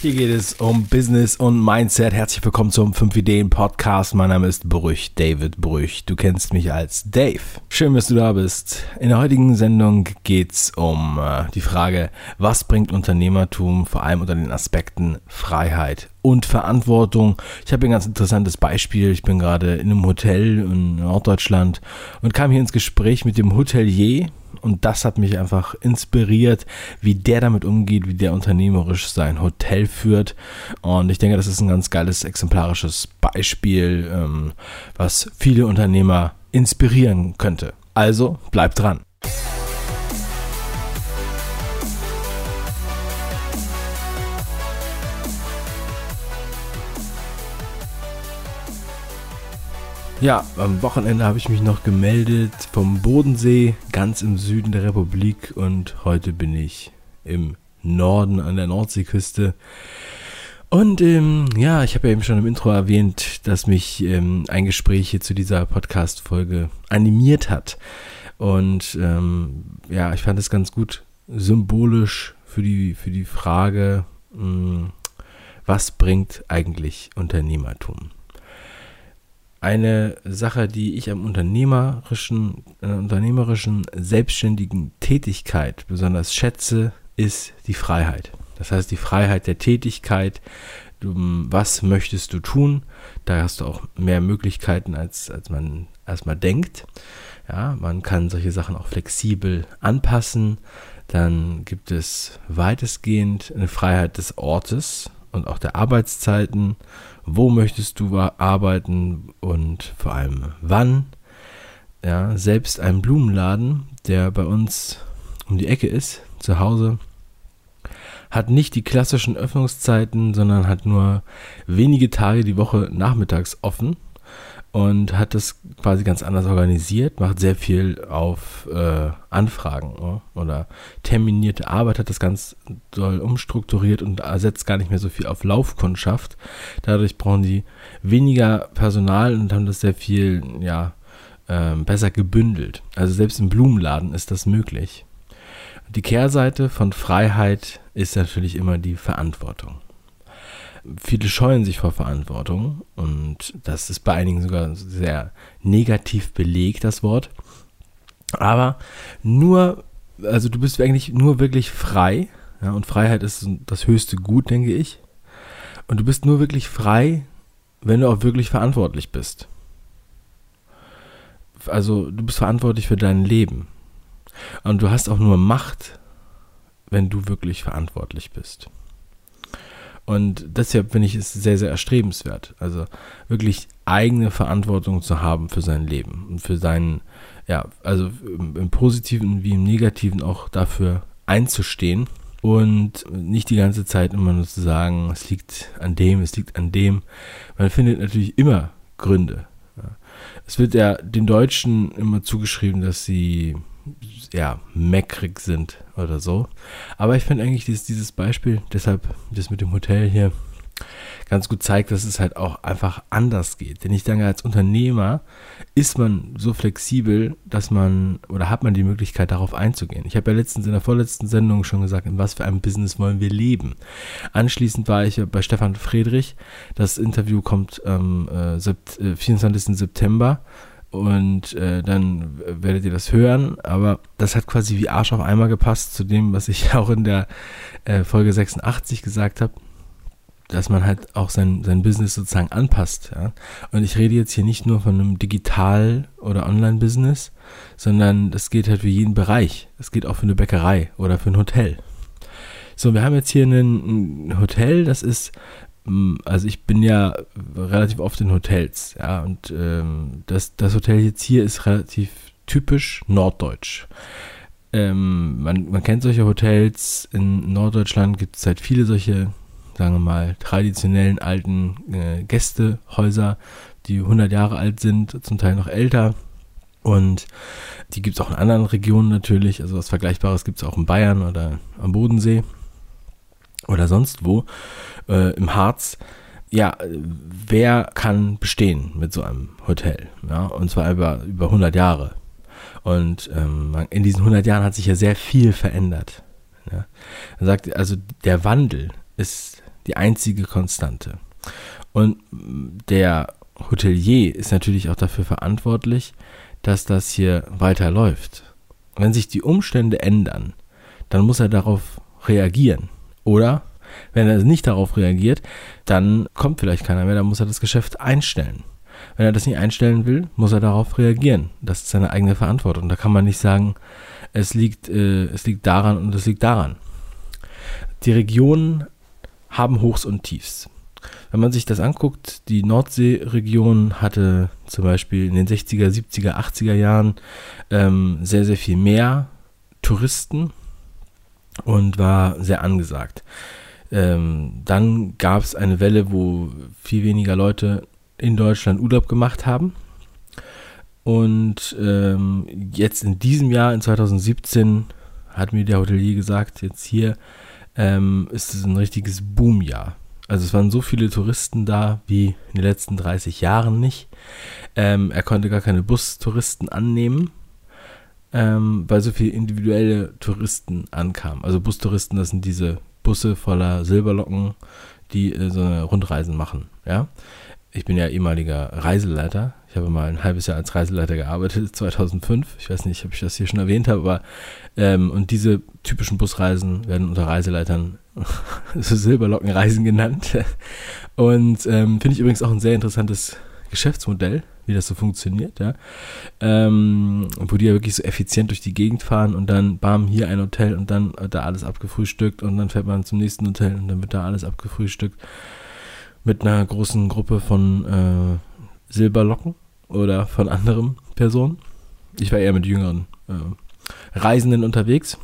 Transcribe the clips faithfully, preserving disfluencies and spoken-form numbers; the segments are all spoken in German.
Hier geht es um Business und Mindset. Herzlich willkommen zum fünf Ideen Podcast. Mein Name ist Brüch, David Brüch. Du kennst mich als Dave. Schön, dass du da bist. In der heutigen Sendung geht es um äh, die Frage, was bringt Unternehmertum, vor allem unter den Aspekten Freiheit und Verantwortung. Ich habe ein ganz interessantes Beispiel. Ich bin gerade in einem Hotel in Norddeutschland und kam hier ins Gespräch mit dem Hotelier. Und das hat mich einfach inspiriert, wie der damit umgeht, wie der unternehmerisch sein Hotel führt. Und ich denke, das ist ein ganz geiles, exemplarisches Beispiel, ähm, was viele Unternehmer inspirieren könnte. Also bleibt dran. Ja, am Wochenende habe ich mich noch gemeldet vom Bodensee, ganz im Süden der Republik, und heute bin ich im Norden an der Nordseeküste. Und ähm, ja, ich habe ja eben schon im Intro erwähnt, dass mich ähm, ein Gespräch hier zu dieser Podcast-Folge animiert hat. Und ähm, ja, ich fand es ganz gut symbolisch für die, für die Frage, mh, was bringt eigentlich Unternehmertum? Eine Sache, die ich am unternehmerischen, äh, unternehmerischen, selbstständigen Tätigkeit besonders schätze, ist die Freiheit. Das heißt, die Freiheit der Tätigkeit. Du, was möchtest du tun? Da hast du auch mehr Möglichkeiten, als, als man erstmal denkt. Ja, man kann solche Sachen auch flexibel anpassen. Dann gibt es weitestgehend eine Freiheit des Ortes und auch der Arbeitszeiten. Wo möchtest du arbeiten und vor allem wann? Ja, selbst ein Blumenladen, der bei uns um die Ecke ist, zu Hause, hat nicht die klassischen Öffnungszeiten, sondern hat nur wenige Tage die Woche nachmittags offen und hat das quasi ganz anders organisiert, macht sehr viel auf äh, Anfragen, ja, oder terminierte Arbeit, hat das ganz doll umstrukturiert und setzt gar nicht mehr so viel auf Laufkundschaft. Dadurch brauchen die weniger Personal und haben das sehr viel ja, äh, besser gebündelt. Also selbst im Blumenladen ist das möglich. Die Kehrseite von Freiheit ist natürlich immer die Verantwortung. Viele scheuen sich vor Verantwortung und das ist bei einigen sogar sehr negativ belegt, das Wort. Aber nur, also du bist eigentlich nur wirklich frei, ja, und Freiheit ist das höchste Gut, denke ich. Und du bist nur wirklich frei, wenn du auch wirklich verantwortlich bist. Also du bist verantwortlich für dein Leben. Und du hast auch nur Macht, wenn du wirklich verantwortlich bist. Und deshalb finde ich es sehr, sehr erstrebenswert, also wirklich eigene Verantwortung zu haben für sein Leben und für seinen, ja, also im, im Positiven wie im Negativen auch dafür einzustehen und nicht die ganze Zeit immer nur zu sagen, es liegt an dem, es liegt an dem. Man findet natürlich immer Gründe. Ja. Es wird ja den Deutschen immer zugeschrieben, dass sie ja, meckrig sind oder so. Aber ich finde eigentlich dieses, dieses Beispiel, deshalb das mit dem Hotel hier, ganz gut zeigt, dass es halt auch einfach anders geht. Denn ich denke, als Unternehmer ist man so flexibel, dass man, oder hat man die Möglichkeit, darauf einzugehen. Ich habe ja letztens in der vorletzten Sendung schon gesagt, in was für einem Business wollen wir leben. Anschließend war ich bei Stefan Friedrich. Das Interview kommt am äh, vierundzwanzigsten September. Und äh, dann werdet ihr das hören, aber das hat quasi wie Arsch auf Eimer gepasst zu dem, was ich auch in der äh, Folge sechsundachtzig gesagt habe, dass man halt auch sein, sein Business sozusagen anpasst. Ja? Und ich rede jetzt hier nicht nur von einem Digital- oder Online-Business, sondern das geht halt für jeden Bereich. Das geht auch für eine Bäckerei oder für ein Hotel. So, wir haben jetzt hier ein, ein Hotel, das ist, also ich bin ja relativ oft in Hotels, ja, und ähm, das, das Hotel jetzt hier ist relativ typisch norddeutsch. Ähm, man, man kennt solche Hotels, in Norddeutschland gibt es halt viele solche, sagen wir mal, traditionellen alten äh, Gästehäuser, die hundert Jahre alt sind, zum Teil noch älter. Und die gibt es auch in anderen Regionen natürlich, also was Vergleichbares gibt es auch in Bayern oder am Bodensee oder sonst wo, äh, im Harz. Ja, wer kann bestehen mit so einem Hotel? Ja, und zwar über, über hundert Jahre. Und ähm, in diesen hundert Jahren hat sich ja sehr viel verändert. Ja. Man sagt, also der Wandel ist die einzige Konstante. Und der Hotelier ist natürlich auch dafür verantwortlich, dass das hier weiterläuft. Wenn sich die Umstände ändern, dann muss er darauf reagieren. Oder wenn er nicht darauf reagiert, dann kommt vielleicht keiner mehr, dann muss er das Geschäft einstellen. Wenn er das nicht einstellen will, muss er darauf reagieren. Das ist seine eigene Verantwortung. Da kann man nicht sagen, es liegt, äh, es liegt daran und es liegt daran. Die Regionen haben Hochs und Tiefs. Wenn man sich das anguckt, die Nordseeregion hatte zum Beispiel in den sechziger, siebziger, achtziger Jahren ähm, sehr, sehr viel mehr Touristen und war sehr angesagt. Ähm, dann gab es eine Welle, wo viel weniger Leute in Deutschland Urlaub gemacht haben. Und ähm, jetzt in diesem Jahr, in zwanzig siebzehn, hat mir der Hotelier gesagt, jetzt hier ähm, ist es ein richtiges Boomjahr. Also es waren so viele Touristen da wie in den letzten dreißig Jahren nicht. Ähm, er konnte gar keine Bustouristen annehmen, ähm, weil so viele individuelle Touristen ankamen. Also Bustouristen, das sind diese Busse voller Silberlocken, die äh, so eine Rundreisen machen. Ja? Ich bin ja ehemaliger Reiseleiter. Ich habe mal ein halbes Jahr als Reiseleiter gearbeitet, zweitausendfünf. Ich weiß nicht, ob ich das hier schon erwähnt habe, aber ähm, und diese typischen Busreisen werden unter Reiseleitern so Silberlockenreisen genannt. Und ähm, finde ich übrigens auch ein sehr interessantes Geschäftsmodell, wie das so funktioniert, ja. Ähm, wo die ja wirklich so effizient durch die Gegend fahren und dann bam, hier ein Hotel und dann wird da alles abgefrühstückt und dann fährt man zum nächsten Hotel und dann wird da alles abgefrühstückt mit einer großen Gruppe von äh, Silberlocken oder von anderen Personen. Ich war eher mit jüngeren äh, Reisenden unterwegs.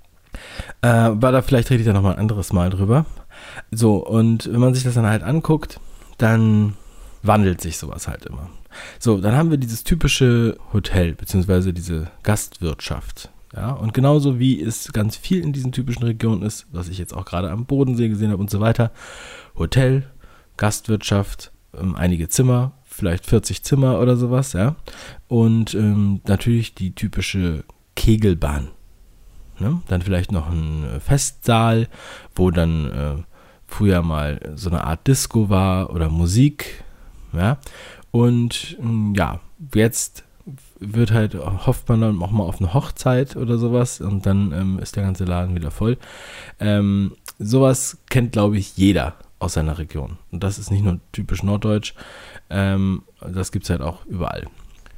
Äh, aber da vielleicht rede ich da nochmal ein anderes Mal drüber. So, und wenn man sich das dann halt anguckt, dann wandelt sich sowas halt immer. So, dann haben wir dieses typische Hotel, beziehungsweise diese Gastwirtschaft. Ja, und genauso wie es ganz viel in diesen typischen Regionen ist, was ich jetzt auch gerade am Bodensee gesehen habe und so weiter. Hotel, Gastwirtschaft, ähm, einige Zimmer, vielleicht vierzig Zimmer oder sowas, ja. Und ähm, natürlich die typische Kegelbahn. Ne? Dann vielleicht noch ein Festsaal, wo dann äh, früher mal so eine Art Disco war oder Musik. Ja. Und ähm, ja, jetzt wird halt, hofft man dann auch mal auf eine Hochzeit oder sowas und dann ähm, ist der ganze Laden wieder voll. Ähm, sowas kennt, glaube ich, jeder aus seiner Region. Und das ist nicht nur typisch norddeutsch, ähm, das gibt es halt auch überall.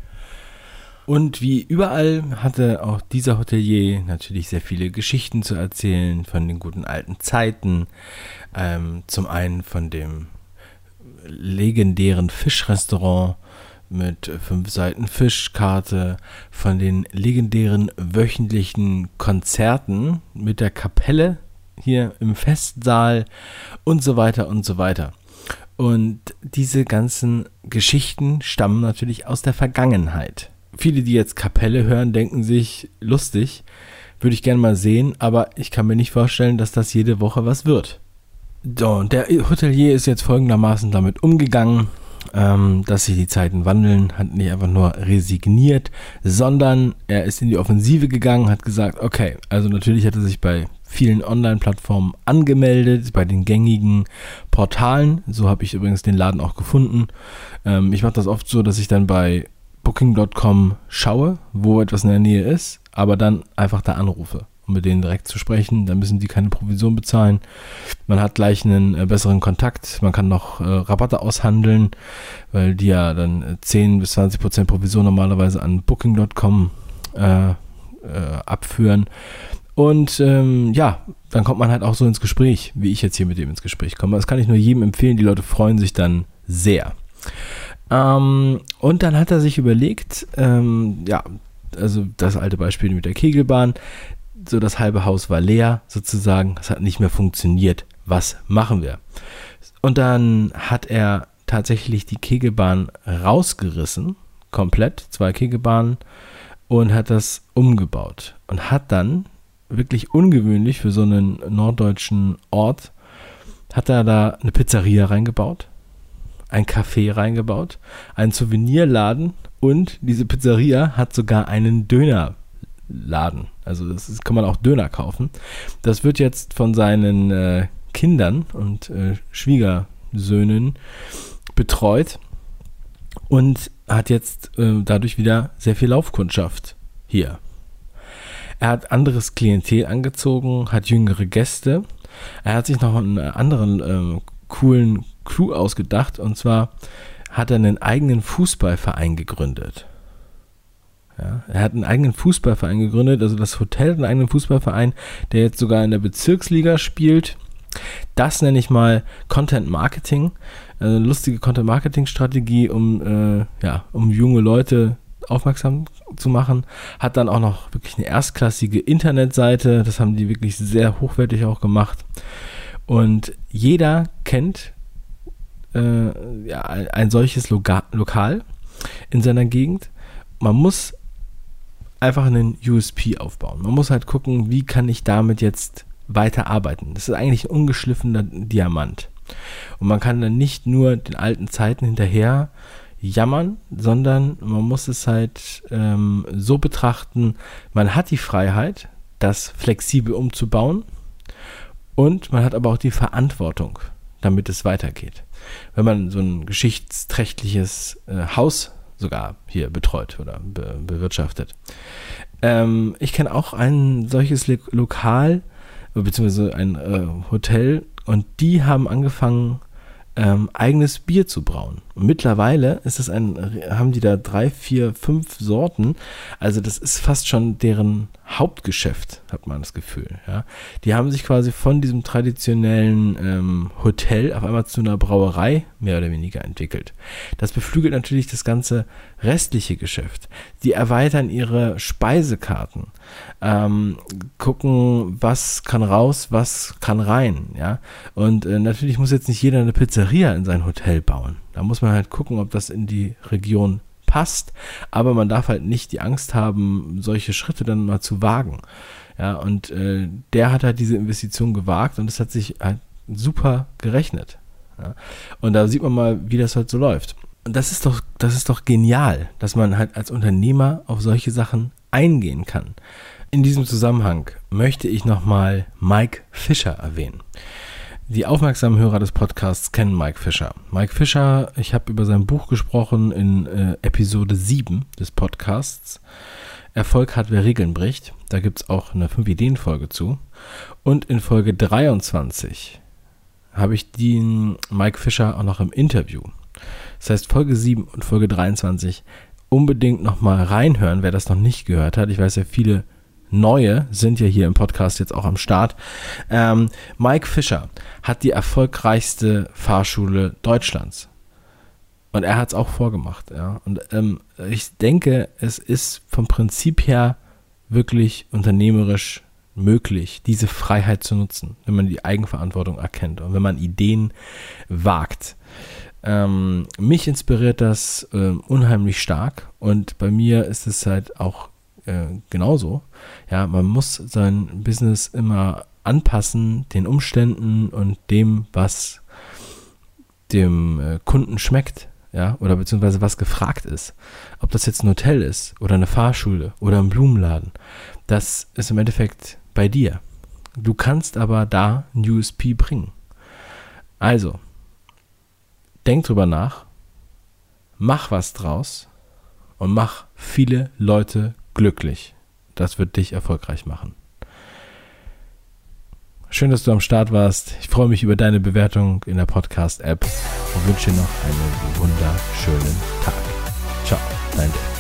Und wie überall hatte auch dieser Hotelier natürlich sehr viele Geschichten zu erzählen von den guten alten Zeiten. Ähm, zum einen von dem legendären Fischrestaurant mit fünf Seiten Fischkarte, von den legendären wöchentlichen Konzerten mit der Kapelle hier im Festsaal und so weiter und so weiter. Und diese ganzen Geschichten stammen natürlich aus der Vergangenheit. Viele, die jetzt Kapelle hören, denken sich, lustig, würde ich gerne mal sehen, aber ich kann mir nicht vorstellen, dass das jede Woche was wird. So, und der Hotelier ist jetzt folgendermaßen damit umgegangen, ähm, dass sich die Zeiten wandeln, hat nicht einfach nur resigniert, sondern er ist in die Offensive gegangen, hat gesagt, okay, also natürlich hat er sich bei vielen Online-Plattformen angemeldet, bei den gängigen Portalen, so habe ich übrigens den Laden auch gefunden. Ähm, ich mache das oft so, dass ich dann bei Booking Punkt com schaue, wo etwas in der Nähe ist, aber dann einfach da anrufe, um mit denen direkt zu sprechen. Dann müssen die keine Provision bezahlen. Man hat gleich einen äh, besseren Kontakt. Man kann noch äh, Rabatte aushandeln, weil die ja dann äh, zehn bis zwanzig Prozent Provision normalerweise an Booking Punkt com äh, äh, abführen. Und ähm, ja, dann kommt man halt auch so ins Gespräch, wie ich jetzt hier mit dem ins Gespräch komme. Das kann ich nur jedem empfehlen. Die Leute freuen sich dann sehr. Ähm, und dann hat er sich überlegt, ähm, ja, also das alte Beispiel mit der Kegelbahn, so das halbe Haus war leer sozusagen, das hat nicht mehr funktioniert. Was machen wir? Und dann hat er tatsächlich die Kegelbahn rausgerissen, komplett, zwei Kegelbahnen, und hat das umgebaut und hat dann, wirklich ungewöhnlich für so einen norddeutschen Ort, hat er da eine Pizzeria reingebaut, ein Café reingebaut, einen Souvenirladen und diese Pizzeria hat sogar einen Dönerladen. Also das ist, kann man auch Döner kaufen. Das wird jetzt von seinen äh, Kindern und äh, Schwiegersöhnen betreut und hat jetzt äh, dadurch wieder sehr viel Laufkundschaft hier. Er hat anderes Klientel angezogen, hat jüngere Gäste. Er hat sich noch einen anderen äh, coolen Clou ausgedacht, und zwar hat er einen eigenen Fußballverein gegründet. Ja, er hat einen eigenen Fußballverein gegründet, also das Hotel hat einen eigenen Fußballverein, der jetzt sogar in der Bezirksliga spielt. Das nenne ich mal Content Marketing, eine lustige Content Marketing Strategie, um, äh, ja, um junge Leute aufmerksam zu machen. Hat dann auch noch wirklich eine erstklassige Internetseite, das haben die wirklich sehr hochwertig auch gemacht. Und jeder kennt äh, ja, ein solches Loga- Lokal in seiner Gegend. Man muss einfach einen U S P aufbauen. Man muss halt gucken, wie kann ich damit jetzt weiterarbeiten. Das ist eigentlich ein ungeschliffener Diamant. Und man kann dann nicht nur den alten Zeiten hinterher jammern, sondern man muss es halt ähm, so betrachten, man hat die Freiheit, das flexibel umzubauen, und man hat aber auch die Verantwortung, damit es weitergeht. Wenn man so ein geschichtsträchtiges äh, Haus sogar hier betreut oder be- bewirtschaftet. Ähm, ich kenne auch ein solches Le- Lokal, beziehungsweise ein äh, Hotel, und die haben angefangen, ähm, eigenes Bier zu brauen. Und mittlerweile ist es ein, haben die da drei, vier, fünf Sorten. Also das ist fast schon deren Hauptgeschäft, hat man das Gefühl. Ja. Die haben sich quasi von diesem traditionellen ähm, Hotel auf einmal zu einer Brauerei mehr oder weniger entwickelt. Das beflügelt natürlich das ganze restliche Geschäft. Die erweitern ihre Speisekarten, ähm, gucken, was kann raus, was kann rein. Ja. Und äh, natürlich muss jetzt nicht jeder eine Pizzeria in sein Hotel bauen. Da muss man halt gucken, ob das in die Region passt, aber man darf halt nicht die Angst haben, solche Schritte dann mal zu wagen. Ja, und äh, der hat halt diese Investition gewagt, und es hat sich halt super gerechnet. Ja. Und da sieht man mal, wie das halt so läuft. Und das ist doch, das ist doch genial, dass man halt als Unternehmer auf solche Sachen eingehen kann. In diesem Zusammenhang möchte ich nochmal Mike Fischer erwähnen. Die aufmerksamen Hörer des Podcasts kennen Mike Fischer. Mike Fischer, ich habe über sein Buch gesprochen in äh, Episode sieben des Podcasts. Erfolg hat, wer Regeln bricht. Da gibt es auch eine fünf Ideen Folge zu. Und in Folge dreiundzwanzig habe ich den Mike Fischer auch noch im Interview. Das heißt, Folge sieben und Folge dreiundzwanzig unbedingt nochmal reinhören, wer das noch nicht gehört hat. Ich weiß ja, viele Neue sind ja hier im Podcast jetzt auch am Start. Ähm, Mike Fischer hat die erfolgreichste Fahrschule Deutschlands. Und er hat es auch vorgemacht. Ja. Und ähm, ich denke, es ist vom Prinzip her wirklich unternehmerisch möglich, diese Freiheit zu nutzen, wenn man die Eigenverantwortung erkennt und wenn man Ideen wagt. Ähm, mich inspiriert das äh, unheimlich stark, und bei mir ist es halt auch genauso. Ja, man muss sein Business immer anpassen, den Umständen und dem, was dem äh, Kunden schmeckt, ja, oder beziehungsweise was gefragt ist. Ob das jetzt ein Hotel ist oder eine Fahrschule oder ein Blumenladen, das ist im Endeffekt bei dir. Du kannst aber da ein U S P bringen. Also, denk drüber nach, mach was draus und mach viele Leute glücklich. Das wird dich erfolgreich machen. Schön, dass du am Start warst. Ich freue mich über deine Bewertung in der Podcast-App und wünsche dir noch einen wunderschönen Tag. Ciao, dein Dave.